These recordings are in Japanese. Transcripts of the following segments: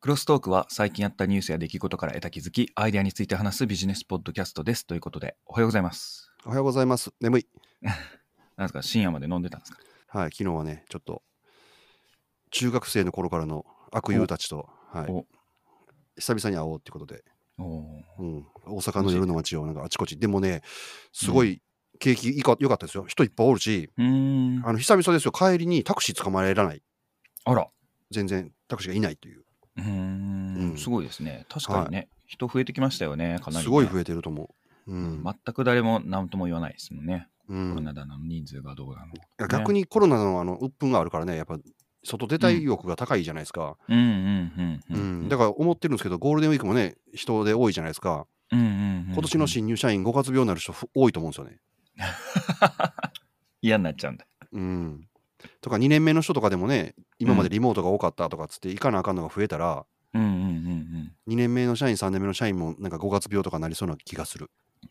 クロストークは最近あったニュースや出来事から得た気づき、アイデアについて話すビジネスポッドキャストです。ということで、おはようございます。 おはようございます。眠い。 なんですか、深夜まで飲んでたんですか？ はい、昨日はね、ちょっと中学生の頃からの悪友たちと、 お久々に会おうってことで、 お大阪の夜の街をなんかあちこち、でもね、すうんごい景気良かったですよ。人いっぱいおるし、久々ですよ。帰りにタクシー捕まえらない。 あら。 全然タクシーがいないという。 すごいですね。確かにはね、人増えてきましたよね、かい。 なりね。 すごい増えてると思う。 全く誰も何とも言わないですもんね。 ココロナだの人数がどうだの、ね。 逆にコロナの鬱憤があるからね、やっぱ外出たい欲が高いじゃないですか。だから思ってるんですけど、ゴールデンウィークもね、人で多いじゃないですか。今年の新入社員5月病になる人多いと思うんですよね。 嫌になっちゃうんだ。 とか2年目の人とかでもね、今までリモートが多かったとかつって行かなあかんのが増えたら、2年目の社員3年目の社員もなんか5月病とかなりそうな気がする。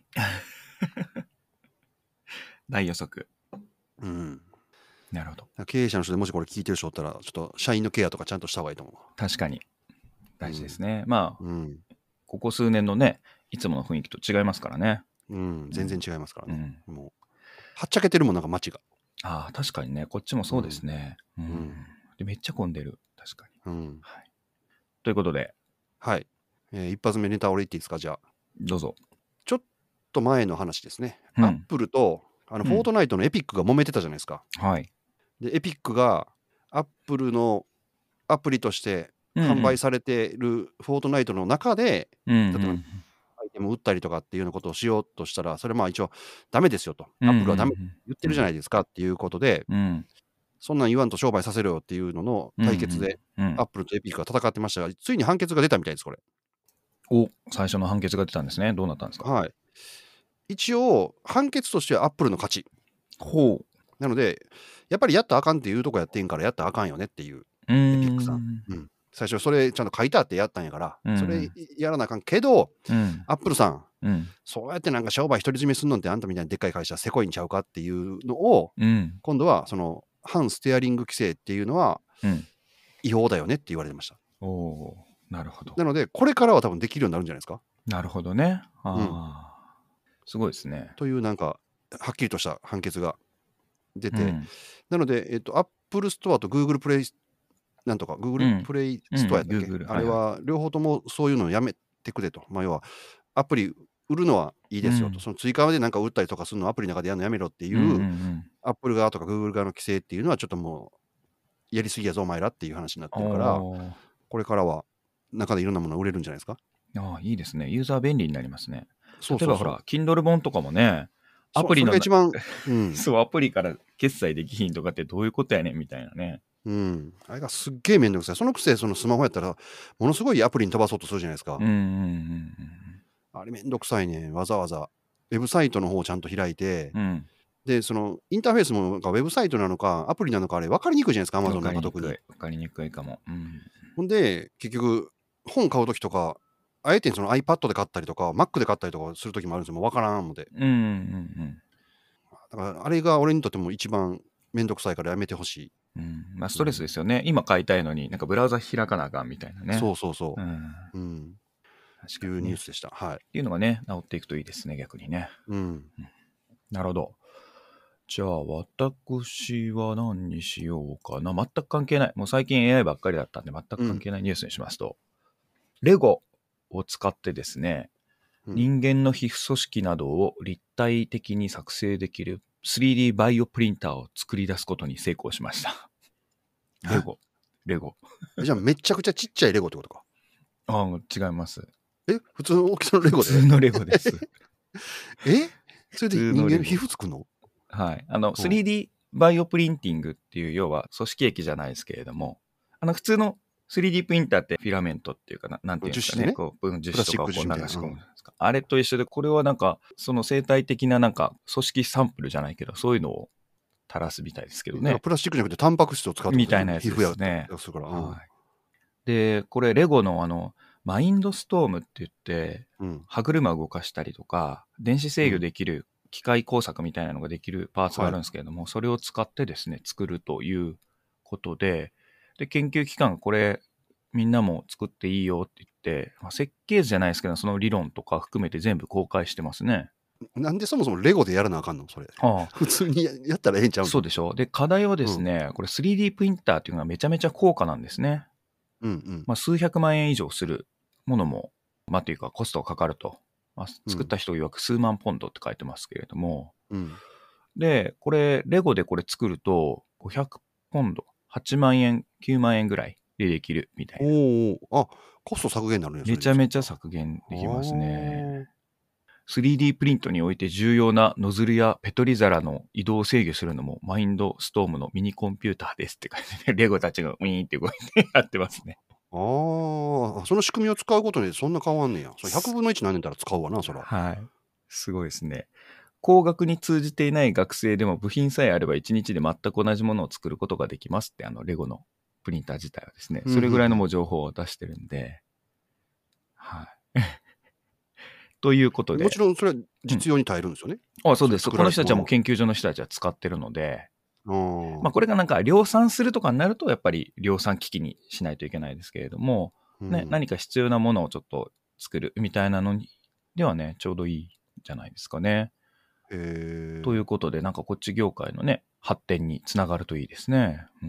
大予測。 うんなるほど。 経営者の人でもしこれ聞いてる人おったら、ちょっと社員のケアとかちゃんとした方がいいと思う。 確かに大事ですね。まあ、 ここ数年のね、いつもの雰囲気と違いますからね。 全然違いますからね。もうはっちゃけてるもん、なんか街が。 ああ、確かにね、こっちもそうですね。でめっちゃ混んでる、確かに。はい、ということで、 はい。一発目ネタ俺言っていいですか？じゃあ。 どうぞ。 ちょっと前の話ですね。アップルとフォートナイトのエピックが揉めてたじゃないですか。 はい。 で、エピックがアップルのアプリとして販売されているフォートナイトの中で、例えばアイテム売ったりとかっていうようなことをしようとしたら、それまあ一応ダメですよと。アップルはダメ言ってるじゃないですかっていうことで、そんなん言わんと商売させろよっていうのの対決で、アップルとエピックが戦ってましたが、ついに判決が出たみたいです、これ。 最初の判決が出たんですね。どうなったんですか？ はい。一応、判決としてはアップルの勝ち。なので、やっぱりやったらあかんっていうとこやってんから、やったらあかんよねっていう、エピックさん。最初それちゃんと書いてあってやったんやから、それやらなあかんけど、アップルさん、そうやってなんか商売独り占めすんのってあんたみたいなでっかい会社せこいんちゃうかっていうのを、今度はその反ステアリング規制っていうのは違法だよねって言われてました。 なるほど。 なのでこれからは多分できるようになるんじゃないですか。 なるほどね。すごいですね。 というなんかはっきりとした判決が出て、なのでアップルストアと Google プレイなんとか Google プレイストアやったっけ、あれは両方ともそういうのをやめてくれと。要はアプリ売るのはいいですよと。その追加でなんか売ったりとかするのをアプリの中でやるのやめろっていう、アップル側とか Google 側の規制っていうのはちょっともうやりすぎやぞお前らっていう話になってるから、これからは中でいろんなもの売れるんじゃないですか。 いいですね。ユーザー便利になりますね。例えばほら、Kindle 本とかもね、アプリのそうアプリから決済できひんとかってどういうことやねんみたいなね。 あれがすっげえめんどくさい。そのくせそのスマホやったらものすごいアプリに飛ばそうとするじゃないですか。あれめんどくさいね。わざわざウェブサイトの方をちゃんと開いて、でそのインターフェースもウェブサイトなのかアプリなのかあれ分かりにくいじゃないですか。Amazon なんか特に分かりにくいかも。 ほんで結局本買う時とかあえてその iPad で買ったりとか Mac で買ったりとかする時もあるんですよ。もう分からんので。だからあれが俺にとっても一番めんどくさいからやめてほしい。 ストレスですよね。今買いたいのになんかブラウザ開かなあかんみたいなね。 そう。確かにいうニュースでした。 っていうのがね、治っていくといいですね、逆にね。なるほど。じゃあ私は何にしようかな。全く関係ない。もう最近 AI ばっかりだったんで全く関係ないニュースにしますと、レゴを使ってですね、人間の皮膚組織などを立体的に作成できる 3D バイオプリンターを作り出すことに成功しました。レゴ。 じゃあめちゃくちゃちっちゃいレゴってことか。 違います。 普通の大きさのレゴで？ 普通のレゴです。 それで人間の皮膚作るの？ はい。3D バイオプリンティングっていう要は組織液じゃないですけれども、普通の 3D プリンターってフィラメントっていうかなんていうんですかね。樹脂とかを流し込むじゃないですか。あれと一緒で、これはなんかその生態的ななんか組織サンプルじゃないけど、そういうのを垂らすみたいですけどね。 プラスチックじゃなくてタンパク質を使うみたいなやつですね。で、これレゴのマインドストームって言って、歯車を動かしたりとか、電子制御できる機械工作みたいなのができるパーツがあるんですけれども、それを使ってですね、作るということで、研究機関これ、 みんなも作っていいよって言って、設計図じゃないですけど、その理論とか含めて全部公開してますね。 なんでそもそもレゴでやらなあかんのそれ。普通に やったらええんちゃうの？ そうでしょ。で、課題はですね、これ 3D プリンターっていうのがめちゃめちゃ高価なんですね。数百万円以上するものも、というかコストがかかると。作った人曰く数万ポンドって書いてますけれども。で、これ、レゴでこれ作ると、500ポンド、8万円、9万円ぐらいでできるみたいな。 コスト削減になるんや。 めちゃめちゃ削減できますね。3D プリントにおいて重要なノズルやペトリ皿の移動を制御するのもマインドストームのミニコンピューターですって書いてね、レゴたちがウィーンって動いてやってますね。 その仕組みを使うことでそんな変わんねや。それ100分の1何年たら使うわな、そら。 はい。すごいですね。工学に通じていない学生でも部品さえあれば1日で全く同じものを作ることができますって、レゴのプリンター自体はですね、それぐらいのもう情報を出してるんで、はい。ということで。 もちろんそれは実用に耐えるんですよね。 そうです。この人たちはもう研究所の人たちは使ってるので、これがなんか量産するとかになると、やっぱり量産機器にしないといけないですけれども、何か必要なものをちょっと作るみたいなのにではね、ちょうどいいんじゃないですかね。ということで、なんかこっち業界のね、発展につながるといいですね。 医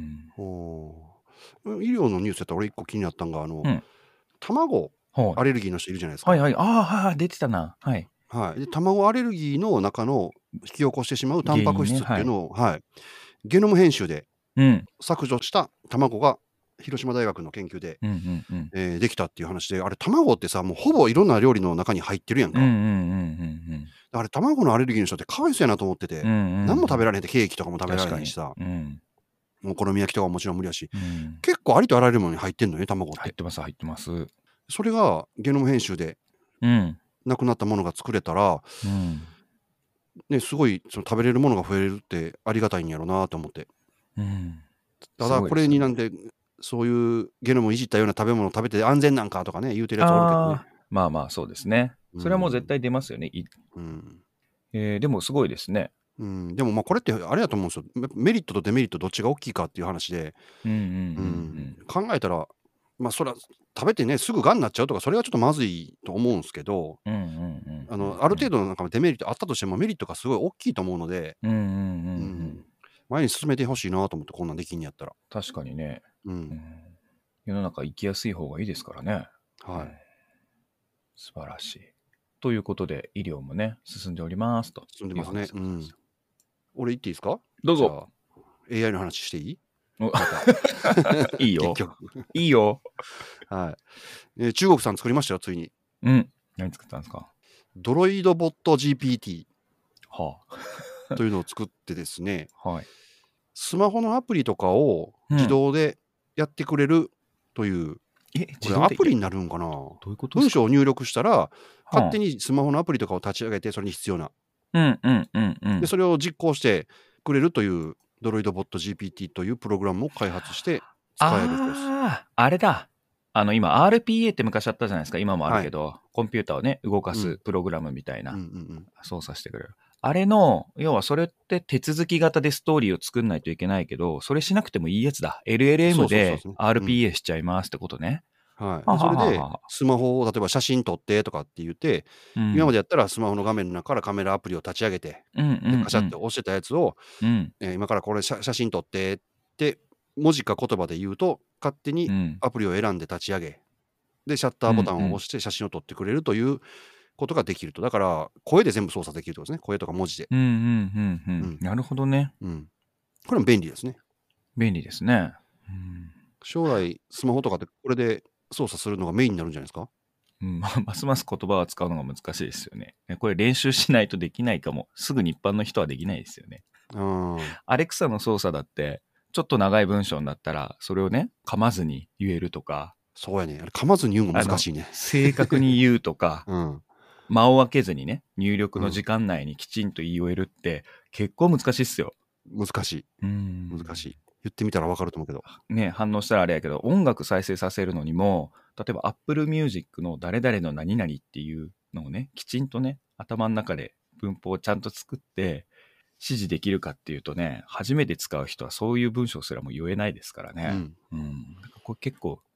療のニュースやったら俺一個気になったんが、卵アレルギーの人いるじゃないですか。 出てたな。 で、卵アレルギーの中の引き起こしてしまうタンパク質っていうのを、ゲノム編集で削除した卵が広島大学の研究でできたっていう話で、あれ卵ってさ、もうほぼいろんな料理の中に入ってるやんか。あれ卵のアレルギーの人ってかわいそうやなと思ってて、何も食べられへんって、ケーキとかも食べられへんしさ、お好み焼きとかももちろん無理やし、結構ありとあらゆるものに入ってんのね、卵って。 入ってます。 それがゲノム編集でなくなったものが作れたら、すごいその食べれるものが増えるってありがたいんやろうなと思って。ただこれになんでそういうゲノムいじったような食べ物を食べて安全なんかとかね言うてるやつおるけどね。 そうですね。それはもう絶対出ますよね。でもすごいですね。 でもこれってあれやと思うんですよ。メリットとデメリットどっちが大きいかっていう話で、考えたらそれは食べてねすぐがんになっちゃうとかそれはちょっとまずいと思うんですけど、ある程度のなんかデメリットあったとしてもメリットがすごい大きいと思うので、前に進めてほしいなと思って、こんなんできんやったら。 確かにね。世の中生きやすい方がいいですからね。素晴らしい。ということで医療もね進んでおりますと。 進んでますね。俺言っていいですか？ どうぞ。 AI の話していい？ いいよ。いいよ。 中国さん作りましたよ、ついに。 何作ったんですか？ ドロイドボット GPT というのを作ってですね、スマホのアプリとかを自動でやってくれるという、これアプリになるんかな？ どういうこと？ 文章を入力したら勝手にスマホのアプリとかを立ち上げて、それに必要なでそれを実行してくれるというドロイドボット GPT というプログラムを開発して使えるそうです。 あれだ。今 RPA って昔あったじゃないですか。今もあるけど、コンピューターをね動かすプログラムみたいな、操作してくれる。あれの要はそれって手続き型でストーリーを作んないといけないけど、それしなくてもいいやつだ。LLM で RPA しちゃいますってことね。 それでスマホを例えば写真撮ってとかって言って、今までやったらスマホの画面の中からカメラアプリを立ち上げて、でカシャって押してたやつを、今からこれ写真撮ってって文字か言葉で言うと勝手にアプリを選んで立ち上げ、でシャッターボタンを押して写真を撮ってくれるということができると。だから声で全部操作できるとですね。声とか文字で。 なるほどね。 これも便利ですね。 便利ですね。 将来スマホとかってこれで操作するのがメインになるんじゃないですか？ ますます言葉を使うのが難しいですよね。これ練習しないとできないかも。すぐに一般の人はできないですよね。アレクサの操作だってちょっと長い文章になったらそれをね噛まずに言えるとか。 そうやね。噛まずに言うのが難しいね。 正確に言うとか、間を空けずにね入力の時間内にきちんと言い終えるって結構難しいっすよ。 難しい。難しい。言ってみたら分かると思うけど。 ね、反応したらあれやけど、音楽再生させるのにも、例えば Apple Music の誰々の何々っていうのをね、きちんとね、頭の中で文法をちゃんと作って指示できるかっていうとね、初めて使う人はそういう文章すらも言えないですからね。これ結構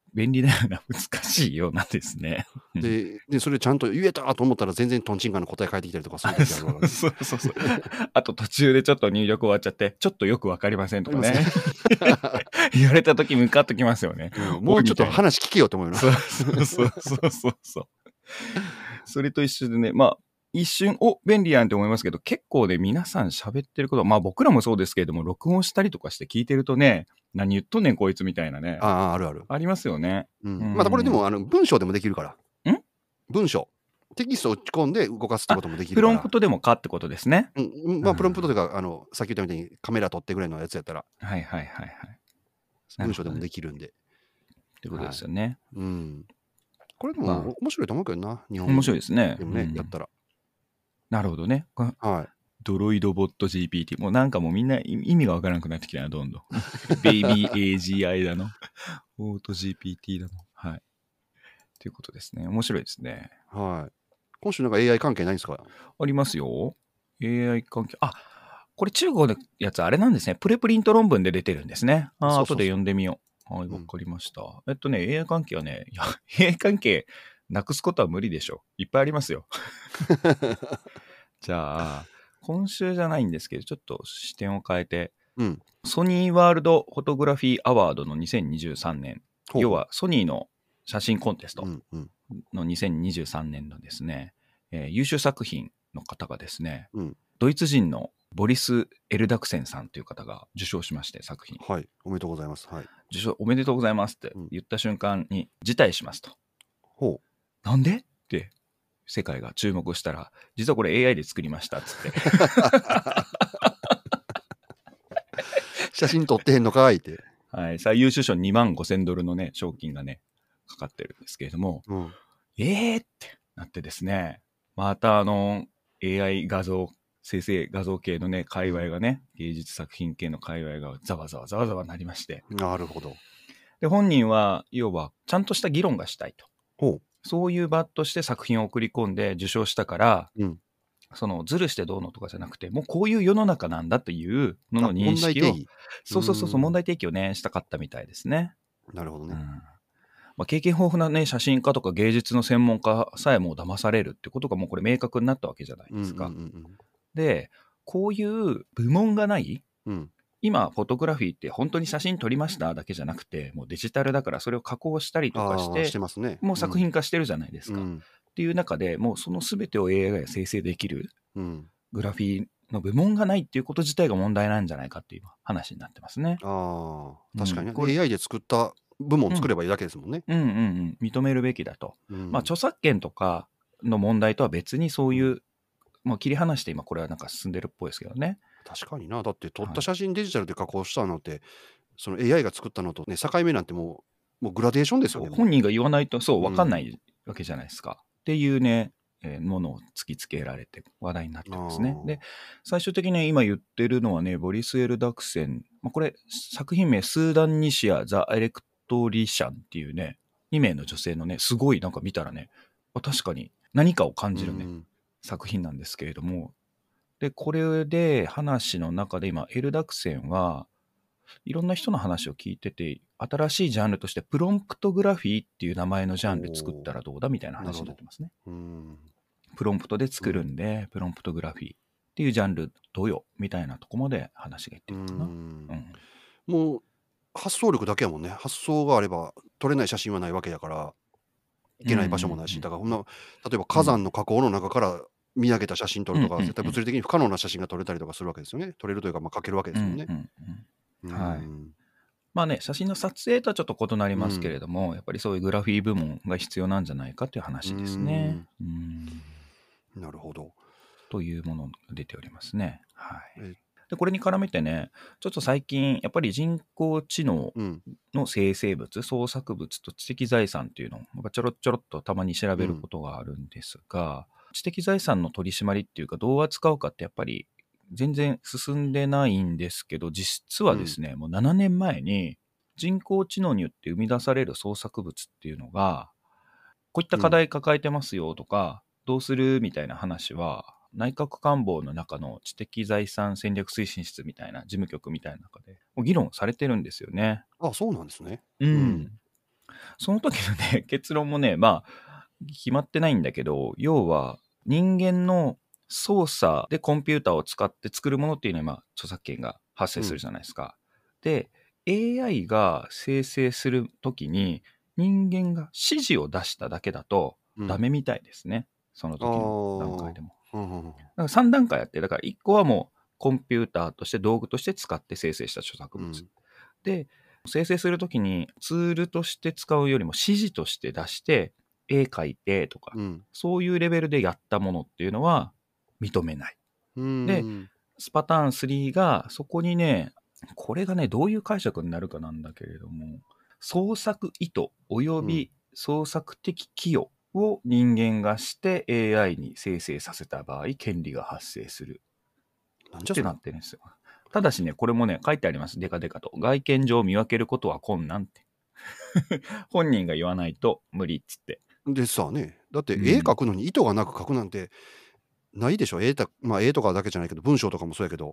便利だよな、難しいようなんですね。 で、それちゃんと言えたと思ったら全然トンチンカンの答え返ってきたりとかする時あるわけです。 そうそうそう。あと途中でちょっと入力終わっちゃって、ちょっっとよくわかりませんとかね。言われた時ムカッときますよね。 もうちょっと話聞けよって思うよな。 そうそう。それと一緒でね、まあ、一瞬、便利やんって思いますけど、結構ね、皆さん喋ってること、まあ僕らもそうですけれども、録音したりとかして聞いてるとね、何言っとんねんこいつみたいなね。 あるある。 ありますよね。 またこれでも文章でもできるから。文章。テキストを打ち込んで動かすってこともできるから。 プロンプトでもかってことですね。 まあプロンプトというか、さっき言ったみたいにカメラ撮ってぐらいのやつやったら。 はい。 文章でもできるんで。 ってことですよね。 これでも面白いと思うけどな、日本面白いですね。 でもね、やったら。 なるほどね。はい。ドロイドボット GPT。もうなんかもうみんな意味がわからなくなってきたな、どんどん。ベイビー AGI だの。オート GPT だの。はい。ということですね。面白いですね。 はい。今週なんか AI 関係ないんですか？ ありますよ。AI 関係。これ中国のやつあれなんですね。プレプリント論文で出てるんですね。後で読んでみよう。はい、わかりました。AI 関係はね、AI 関係なくすことは無理でしょ。いっぱいありますよ。じゃあ、今週じゃないんですけど、ちょっと視点を変えて、ソニーワールドフォトグラフィーアワードの2023年、要はソニーの写真コンテストの2023年のですね、優秀作品の方がですね、ドイツ人のボリス・エルダクセンさんという方が受賞しまして、作品。 はい、おめでとうございます。はい、 受賞おめでとうございますって言った瞬間に辞退しますと。なんでって世界が注目したら、実はこれ AI で作りましたっつって。 写真撮ってへんのかいって。 はい、最優秀賞$25,000のね、賞金がね、かかってるんですけれども、ってなってですね、またAI 生成画像系のね、界隈がね、芸術作品系の界隈がざわざわなりまして。 なるほど。 で、本人は、要は、ちゃんとした議論がしたいと。そういう場として作品を送り込んで受賞したから、そのずるしてどうのとかじゃなくて、もうこういう世の中なんだというのの認識を、問題提起をね、したかったみたいですね。 なるほどね。 経験豊富なね、写真家とか芸術の専門家さえも騙されるってことがもうこれ明確になったわけじゃないですか。で、こういう部門がない、今、フォトグラフィーって本当に写真撮りましただけじゃなくて、もうデジタルだからそれを加工したりとかして、もう作品化してるじゃないですか。っていう中でもうその全てを AI が生成できるグラフィーの部門がないっていうこと自体が問題なんじゃないかっていう話になってますね。 確かにね、AI で作った部門を作ればいいだけですもんね。 認めるべきだと。著作権とかの問題とは別にそういう、切り離して今これはなんか進んでるっぽいですけどね。 確かにな。だって撮った写真デジタルで加工したのって、その AI が作ったのとね、境目なんてもうグラデーションですよね。 本人が言わないと分かんないわけじゃないですか。っていうね、ものを突きつけられて話題になってますね。で、最終的に今言ってるのはね、ボリス・エルダクセン、これ作品名スーダンニシア・ザ・エレクトリシャンっていうね、2名の女性のね、すごいなんか見たらね、確かに何かを感じるね、作品なんですけれども、で、これで話の中で今、エルダクセンはいろんな人の話を聞いてて、新しいジャンルとしてプロンプトグラフィーっていう名前のジャンル作ったらどうだみたいな話になってますね。プロンプトで作るんで、プロンプトグラフィーっていうジャンルどうよみたいなとこまで話がいってるかな。 もう発想力だけやもんね。発想があれば撮れない写真はないわけだから、いけない場所もないし、だから例えば火山の火口の中から見上げた写真撮るとか、絶対物理的に不可能な写真が撮れたりとかするわけですよね。撮れるというか、描けるわけですもんね。 まあね、写真の撮影とはちょっと異なりますけれども、やっぱりそういうグラフィー部門が必要なんじゃないかという話ですね。 なるほど。 というものが出ておりますね。でこれに絡めてね、ちょっと最近やっぱり人工知能の生成物、創作物と知的財産っていうのをちょろっとたまに調べることがあるんですが、知的財産の取り締まりっていうかどう扱うかってやっぱり全然進んでないんですけど、実はですね、もう7年前に人工知能によって生み出される創作物っていうのが、こういった課題抱えてますよとか、どうするみたいな話は、内閣官房の中の知的財産戦略推進室みたいな事務局みたいな中で議論されてるんですよね。 そうなんですね。 その時のね、結論もね、まあ、決まってないんだけど、要は人間の操作でコンピューターを使って作るものっていうのは、まあ、著作権が発生するじゃないですか。で、AI が生成するときに、人間が指示を出しただけだとダメみたいですね。その時の段階でも。だから3段階あって、だから1個はもうコンピューターとして道具として使って生成した著作物。で、生成するときにツールとして使うよりも指示として出して絵描いてとか、そういうレベルでやったものっていうのは認めない。で、スパターン3がそこにね、これがね、どういう解釈になるかなんだけれども、創作意図及び創作的寄与を人間がして AI に生成させた場合、権利が発生するってなってるんですよ。ただしね、これもね、書いてあります。デカデカと。外見上見分けることは困難って。本人が言わないと無理っつって。 でさね、だって絵描くのに意図がなく描くなんてないでしょ。絵とかだけじゃないけど、文章とかもそうやけど。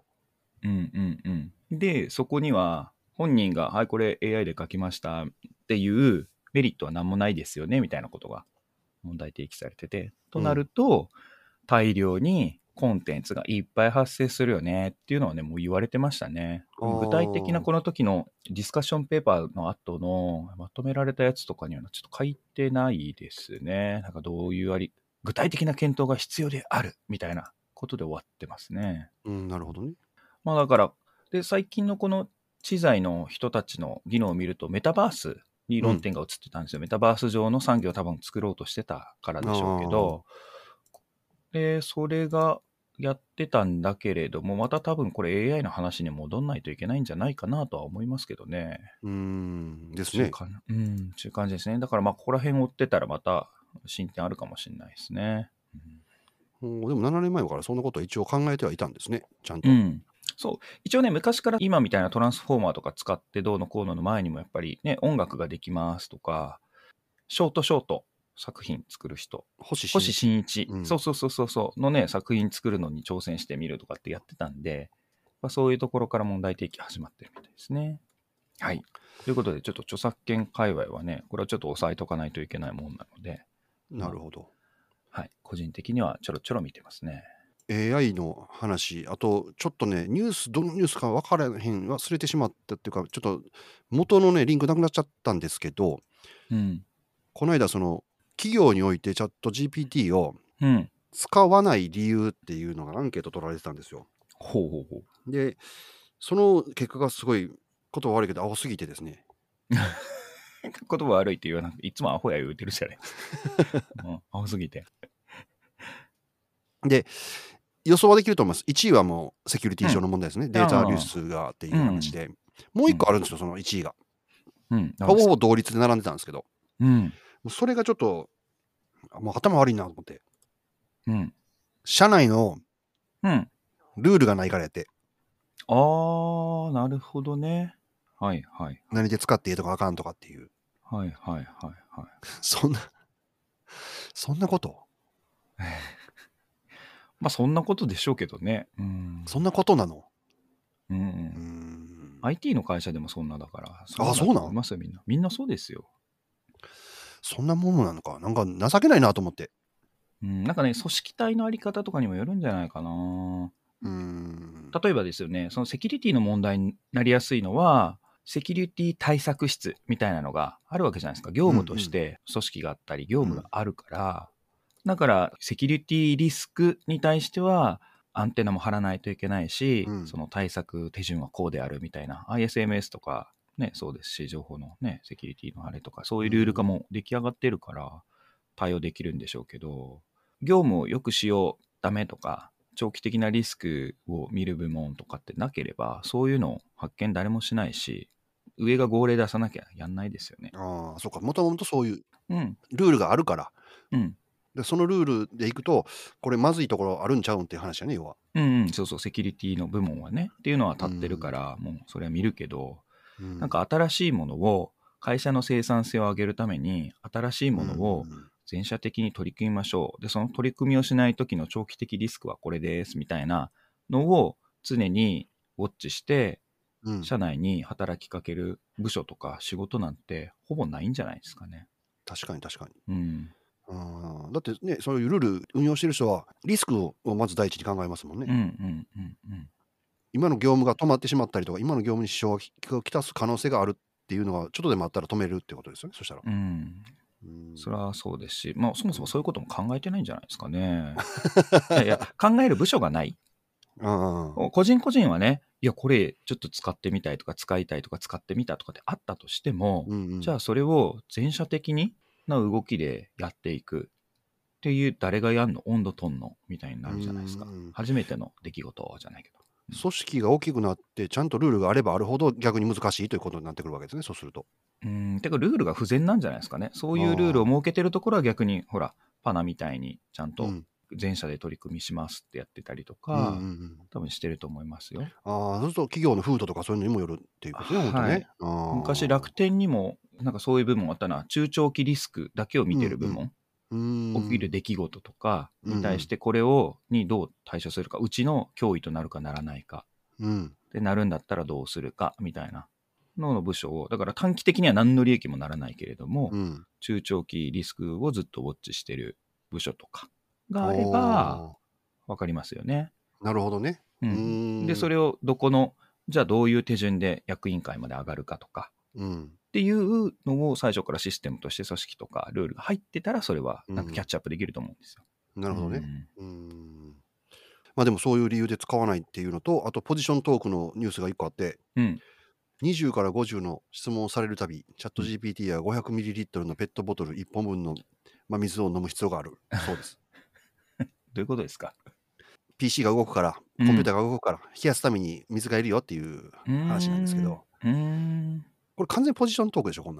で、そこには本人が、はい、これ AI で描きましたっていうメリットは何もないですよね、みたいなことが問題提起されてて。となると、大量にコンテンツがいっぱい発生するよねっていうのはね、もう言われてましたね。具体的なこの時のディスカッションペーパーの後のまとめられたやつとかにはちょっと書いてないですね。なんかどういう具体的な検討が必要であるみたいなことで終わってますね。 なるほどね。 まあだから、で、最近のこの知財の人たちの議論を見ると、メタバースに論点が移ってたんですよ。メタバース上の産業を多分作ろうとしてたからでしょうけど、で、それがやってたんだけれども、また多分これ AI の話に戻んないといけないんじゃないかなとは思いますけどね。 ですね。 そういう感じですね。だからまあここら辺追ってたらまた進展あるかもしれないですね。 でも7年前からそんなことは一応考えてはいたんですね、ちゃんと。 そう。一応ね、昔から今みたいなトランスフォーマーとか使ってどうのこうのの前にもやっぱりね、音楽ができますとか、ショート作品作る人。星新一。そうのね、作品作るのに挑戦してみるとかってやってたんで、まあ、そういうところから問題提起始まってるみたいですね。はい。ということで、ちょっと著作権界隈はね、これはちょっと押さえとかないといけないもんなので。 なるほど。 はい。個人的にはちょろちょろ見てますね。 AI の話、あとちょっとね、どのニュースか分からへん、忘れてしまったっていうか、ちょっと元のね、リンクなくなっちゃったんですけど、この間、その企業においてチャット GPT を使わない理由っていうのがアンケート取られてたんですよ。で、その結果がすごい、言葉悪いけど、アホすぎてですね。 言葉悪いって言わなくて、いつもアホや言うてるじゃないですか。アホすぎて。 で、予想はできると思います。1位はもうセキュリティ上の問題ですね。データ流出がっていう話で。もう1個あるんですよ、その1位が。ほぼほぼ同率で並んでたんですけど。それがちょっと、もう頭悪いなと思って。社内のルールがないからやって。 ああ、なるほどね。はいはい。 何で使っていいとかあかんとかっていう。 はいはいはいはい。 そんなことまあそんなことでしょうけどね。 そんなことなの IT の会社でもそんなだから。 そうなん？ ますよ、みんなそうですよ。 そんなものなのか。なんか情けないなと思って。 なんかね、組織体のあり方とかにもよるんじゃないかな。例えばですよね、そのセキュリティの問題になりやすいのは、セキュリティ対策室みたいなのがあるわけじゃないですか。業務として組織があったり、業務があるから、だからセキュリティリスクに対してはアンテナも張らないといけないし、その対策手順はこうであるみたいな ISMS とかね、そうですし、情報のね、セキュリティのあれとか、そういうルール化も出来上がってるから対応できるんでしょうけど、業務をよくしよう、ダメとか、長期的なリスクを見る部門とかってなければ、そういうのを発見誰もしないし、上が号令出さなきゃやんないですよね。 そうか。もともとそういうルールがあるから。でそのルールでいくと、これまずいところあるんちゃうんっていう話やね、要は。 そう、セキュリティの部門はね、っていうのは立ってるから、もうそれは見るけど、なんか新しいものを、会社の生産性を上げるために、新しいものを全社的に取り組みましょう。で、その取り組みをしない時の長期的リスクはこれです、みたいなのを常にウォッチして、 社内に働きかける部署とか仕事なんてほぼないんじゃないですかね。 確かに確かに。 うん。 だってね、そういうルール運用してる人はリスクをまず第一に考えますもんね。今の業務が止まってしまったりとか、今の業務に支障をきたす可能性があるっていうのがちょっとでもあったら止めるってことですよね。そしたら。 それはそうですし、まあそもそもそういうことも考えてないんじゃないですかね。いや考える部署がない。個人個人はね、いやこれちょっと使ってみたいとか使いたいとか使ってみたとかってあったとしても、じゃあそれを全社的にな動きでやっていくっていう、誰がやんの、温度とんのみたいになるじゃないですか。初めての出来事じゃないけど。 組織が大きくなってちゃんとルールがあればあるほど逆に難しいということになってくるわけですね。そうすると。 てかルールが不全なんじゃないですかね。そういうルールを設けてるところは逆にほらパナみたいにちゃんと全社で取り組みしますってやってたりとか、多分してると思いますよ。 そうすると企業の風土とかそういうのにもよるっていうことね、本当ね。 昔楽天にもなんかそういう部門あったな。中長期リスクだけを見てる部門。起きる出来事とかに対してこれにどう対処するか、うちの脅威となるかならないか、でなるんだったらどうするかみたいなの部署を、だから短期的には何の利益もならないけれども、中長期リスクをずっとウォッチしてる部署とかがあれば分かりますよね。 なるほどね。 でそれをじゃあどういう手順で役員会まで上がるかとか、っていうのを最初からシステムとして組織とかルールが入ってたら、それはなんかキャッチアップできると思うんですよ。 なるほどね。まあでもそういう理由で使わないっていうのと、あとポジショントークのニュースが1個あって、20から50の質問をされるたび、チャット GPT や 500ml のペットボトル1本分の水を飲む必要があるそうです。 どういうことですか？ PC が動くから、コンピューターが動くから、冷やすために水がいるよっていう話なんですけど、これ完全ポジショントークでしょ、こんなん。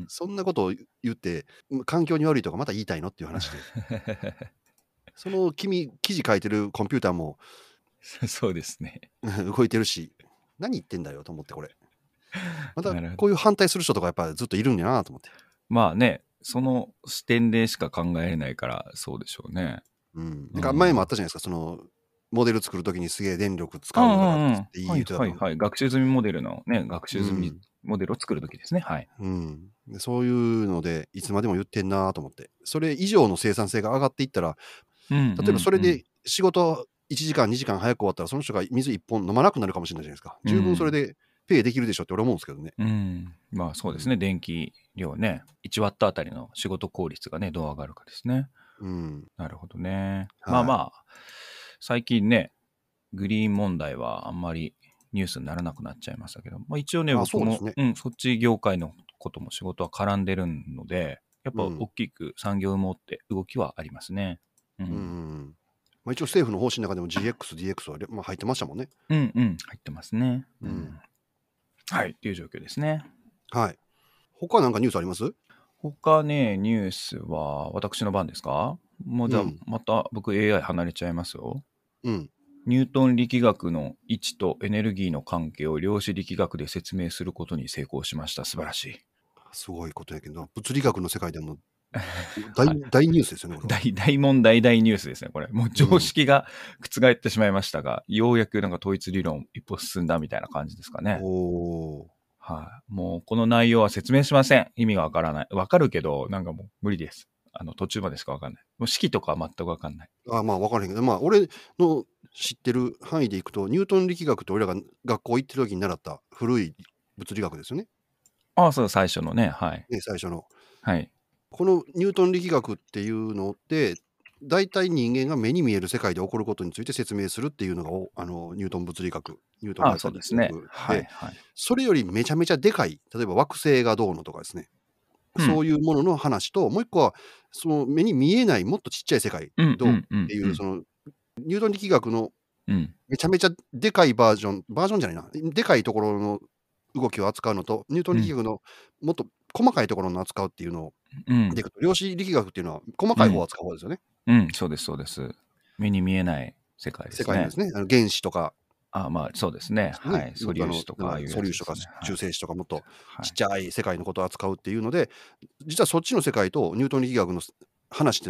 そんなことを言って、環境に悪いとかまた言いたいのっていう話で。その記事書いてるコンピューターもそうですね。 動いてるし、何言ってんだよと思って、これ。またこういう反対する人とかやっぱりずっといるんやなと思って。 まあね、その視点でしか考えれないからそうでしょうね。 なんか前もあったじゃないですか、そのモデル作るときにすげえ電力使うんだからって言ってたの。 学習済みモデルのね、学習済みモデルを作るときですね。はい。 そういうのでいつまでも言ってんなと思って、それ以上の生産性が上がっていったら、例えばそれで仕事1時間2時間早く終わったらその人が水1本飲まなくなるかもしれないじゃないですか。十分それでペイできるでしょって俺思うんですけどね。 まあそうですね。電気量ね、1ワットあたりの仕事効率がね、どう上がるかですね。なるほどね。まあまあ、最近ね、グリーン問題はあんまりニュースにならなくなっちゃいましたけど、まあ、一応ね、僕もそっち業界のことも仕事は絡んでるので、やっぱ大きく産業を持って動きはありますね。 まあ、一応政府の方針の中でも GX、DX は入ってましたもんね。 入ってますね。はい、っていう状況ですね。 はい。他なんかニュースあります？ 他ね、ニュースは私の番ですか？もうじゃあまた僕 AI 離れちゃいますよ。ニュートン力学の位置とエネルギーの関係を量子力学で説明することに成功しました。素晴らしい。 すごいことやけど、物理学の世界でも大ニュースですよね。 大問題、大ニュースですね、これ。もう常識が覆ってしまいましたが、ようやくなんか統一理論一歩進んだみたいな感じですかね。はい。もうこの内容は説明しません。意味がわからない。わかるけど、なんかもう無理です。途中までしかわかんない。もう式とかは全くわかんない。 まあわからへんけど、まあ俺の知ってる範囲でいくと、ニュートン力学って俺らが学校行ってる時に習った古い物理学ですよね。 そう、最初のね、はい。 最初の。 はい。 このニュートン力学っていうのって、大体人間が目に見える世界で起こることについて説明するっていうのがニュートン物理学、ニュートンがやった物理学で、それよりめちゃめちゃでかい、例えば惑星がどうのとかですね、そういうものの話と、もう一個はその目に見えないもっとちっちゃい世界どうっていう、そのニュートン力学のめちゃめちゃでかいバージョンじゃないな、でかいところの動きを扱うのと、ニュートン力学のもっと細かいところの扱うっていうのを、量子力学っていうのは細かい方を扱う方ですよね。 そうです、そうです。目に見えない世界ですね。 世界ですね。原子とか。 まあそうですね。はい。素粒子とか素粒子とか中性子とかもっとちっちゃい世界のことを扱うっていうので、実はそっちの世界とニュートン力学の話っていうのは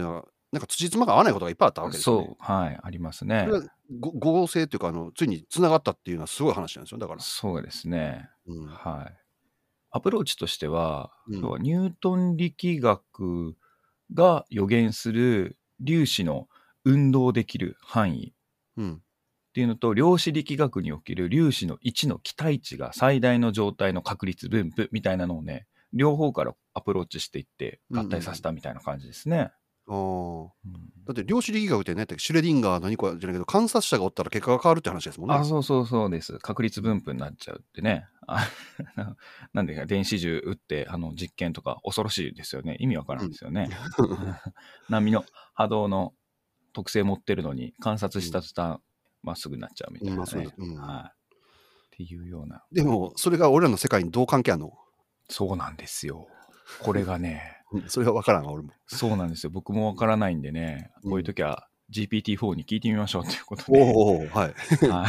なんか辻褄が合わないことがいっぱいあったわけですよね。 そう、はい、ありますそね。 れが合成っていうか、ついに繋がったっていうのはすごい話なんですよ、だから。 そうですね。 うん。 はい。アプローチとしては、要はうん。 ニュートン力学が予言する粒子の運動できる範囲うん。 っていうのと、量子力学における粒子の位置の期待値が最大の状態の確率分布みたいなのをね、両方からアプローチしていって合体させたみたいな感じですね。 ああ。だって量子力学ってね、シュレディンガー何個じゃないけど、観察者がおったら結果が変わるって話ですもんね。 あ、そうそうそうです。確率分布になっちゃうってね。なんでか、電子銃撃って、実験とか恐ろしいですよね。意味わからんですよね。波の波動の特性持ってるのに、観察した途端、まっすぐになっちゃうみたいなね。はい。っていうような。 でも、それが俺らの世界にどう関係あるの？ そうなんですよ。これがね、 それは分からんわ、俺も。 そうなんですよ。僕もわからないんでね、こういう時は GPT-4 に聞いてみましょうということで。 おお、はい。 はい。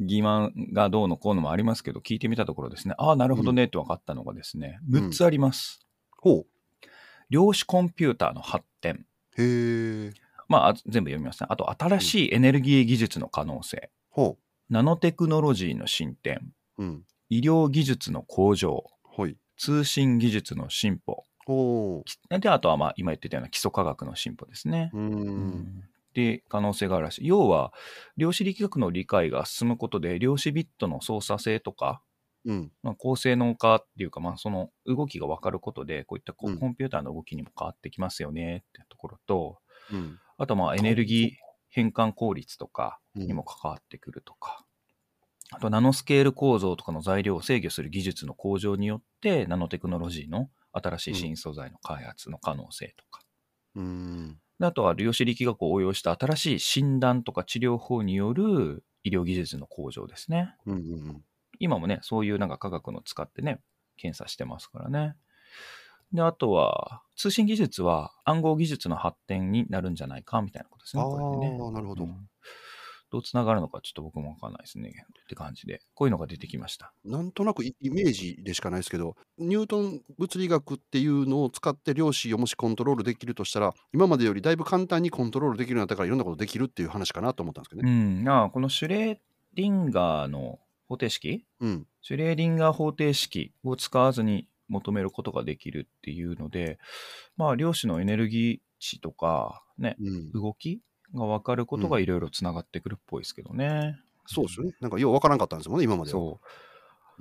欺瞞がどうのこうのもありますけど、聞いてみたところですね、ああ、なるほどねって分かったのがですね、6つあります。 ほう。 量子コンピューターの発展。 へえ。 まあ、全部読みますね。あと、新しいエネルギー技術の可能性。 ほナノテクノロジーの進展。 う。うん。 医療技術の向上。 はい。 通信技術の進歩。 おお。 で、あとはまあ今言ってたような基礎科学の進歩ですね。 うんで、可能性があるらしい。要は、量子力学の理解が進むことで、量子ビットの操作性とか、まあ、高性能化っていうか、まあ、その動きが分かることで、こういったコンピューターの動きにも変わってきますよねってところと、あとまあエネルギー変換効率とかにも関わってくるとか、あとナノスケール構造とかの材料を制御する技術の向上によって、ナノテクノロジーの新しい新素材の開発の可能性とか、であとは量子力学を応用した新しい診断とか治療法による医療技術の向上ですね。今もね、そういうなんか科学の使ってね、検査してますからね。で、あとは、通信技術は暗号技術の発展になるんじゃないかみたいなことですね、これでね。 ああ、なるほど。 どうつながるのかちょっと僕もわかんないですね。って感じで。こういうのが出てきました。 なんとなくイメージでしかないですけど、ニュートン物理学っていうのを使って量子をもしコントロールできるとしたら、今までよりだいぶ簡単にコントロールできるようになったからいろんなことできるっていう話かなと思ったんですけどね。 このシュレーディンガーの方程式、シュレーディンガー方程式を使わずに求めることができるっていうので、まあ量子のエネルギー値とかね、動きが分かることがいろいろつながってくるっぽいですけどね。 そうですよね。なんかよう分からんかったんですもんね、今までは。 そう。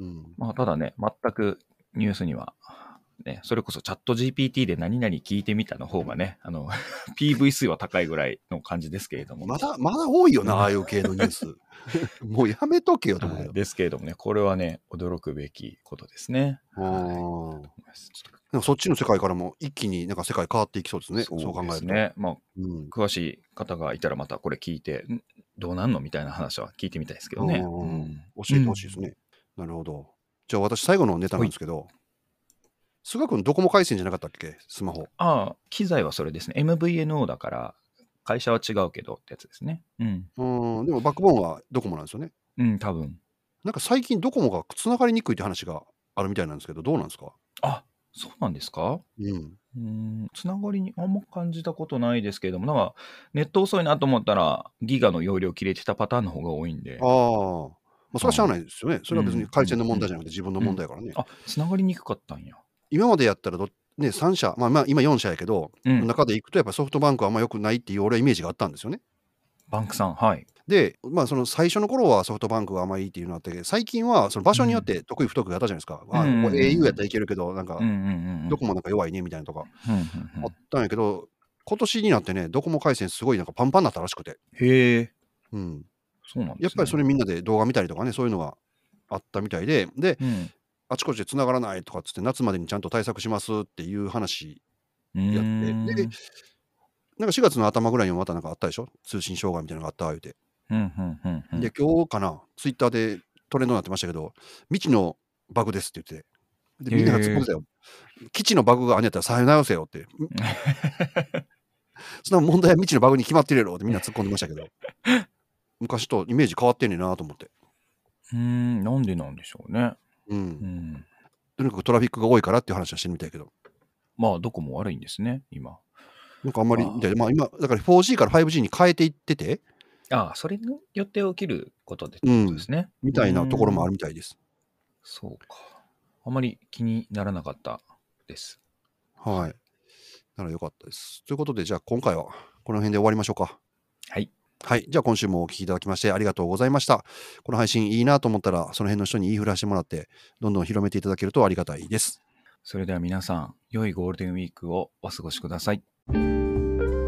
まあただね、全くニュースには、ね、それこそチャット GPT で何々聞いてみたの方がね、PV 数は高いぐらいの感じですけれども。 まだ多いよな、ああいう系のニュース。もうやめとけよと思うよ。 ですけれどもね、これはね、驚くべきことですね。 そっちの世界からも一気になんか世界変わっていきそうですね。そう考えると。 ね。まあ、詳しい方がいたらまたこれ聞いて、どうなんのみたいな話は聞いてみたいですけどね。 教えてほしいですね。なるほど。じゃあ私最後のネタなんですけど、菅君ドコモ回線じゃなかったっけ、スマホ。 ああ、機材はそれですね。MVNO だから、会社は違うけどってやつですね。 でもバックボーンはドコモなんですよね。 多分。 なんか最近ドコモがつながりにくいって話があるみたいなんですけど、どうなんですか？ あ、そうなんですか？つながりにあんま感じたことないですけれども、なんかネット遅いなと思ったら、ギガの容量切れてたパターンの方が多いんで。 まあそれはしゃあないですよね。それは別に回線の問題じゃなくて自分の問題やからね。 あ、つながりにくかったんや。 今までやったらね、3社、まあ今4社やけど、中で行くとやっぱソフトバンクはあんま良くないっていう俺はイメージがあったんですよね。 バンクさん、はい。 で、まあその最初の頃はソフトバンクがあんまいいっていうのがあって、最近はその場所によって得意不得意があったじゃないですか。au やったらいけるけど、なんかどこもなんか弱いねみたいなとかあったんやけど、今年になってね、ドコモ回線すごいなんかパンパンになったらしくて。 へえ。そうなんですね。 やっぱりそれみんなで動画見たりとかね、そういうのがあったみたいで、あちこちで繋がらないとかっつって夏までにちゃんと対策しますっていう話やって、で、なんか4月の頭ぐらいにもまたなんかあったでしょ、通信障害みたいなのがあった言うて。で、今日かな、ツイッターでトレンドになってましたけど、未知のバグですって言って、で、みんなが突っ込んでたよ。基地のバグがあんやったらさよならせよって。そんな問題は未知のバグに決まってるやろってみんな突っ込んでましたけど、昔とイメージ変わってんねんなと思って。 なんでなんでしょうね。 とにかくトラフィックが多いからっていう話はしてるみたいけど。 まあ、どこも悪いんですね、今。 なんかあんまりみたいで、まあ今、だから 4G から 5G に変えていってて、 それによって起きることでってことですね。 みたいなところもあるみたいです。 そうか。あまり気にならなかったです。 はい。ならよかったです。ということで、じゃあ今回はこの辺で終わりましょうか。 はい。 はい。じゃあ今週もお聞きいただきましてありがとうございました。この配信いいなと思ったら、その辺の人に言いふらしてもらって、どんどん広めていただけるとありがたいです。 それでは皆さん、良いゴールデンウィークをお過ごしください。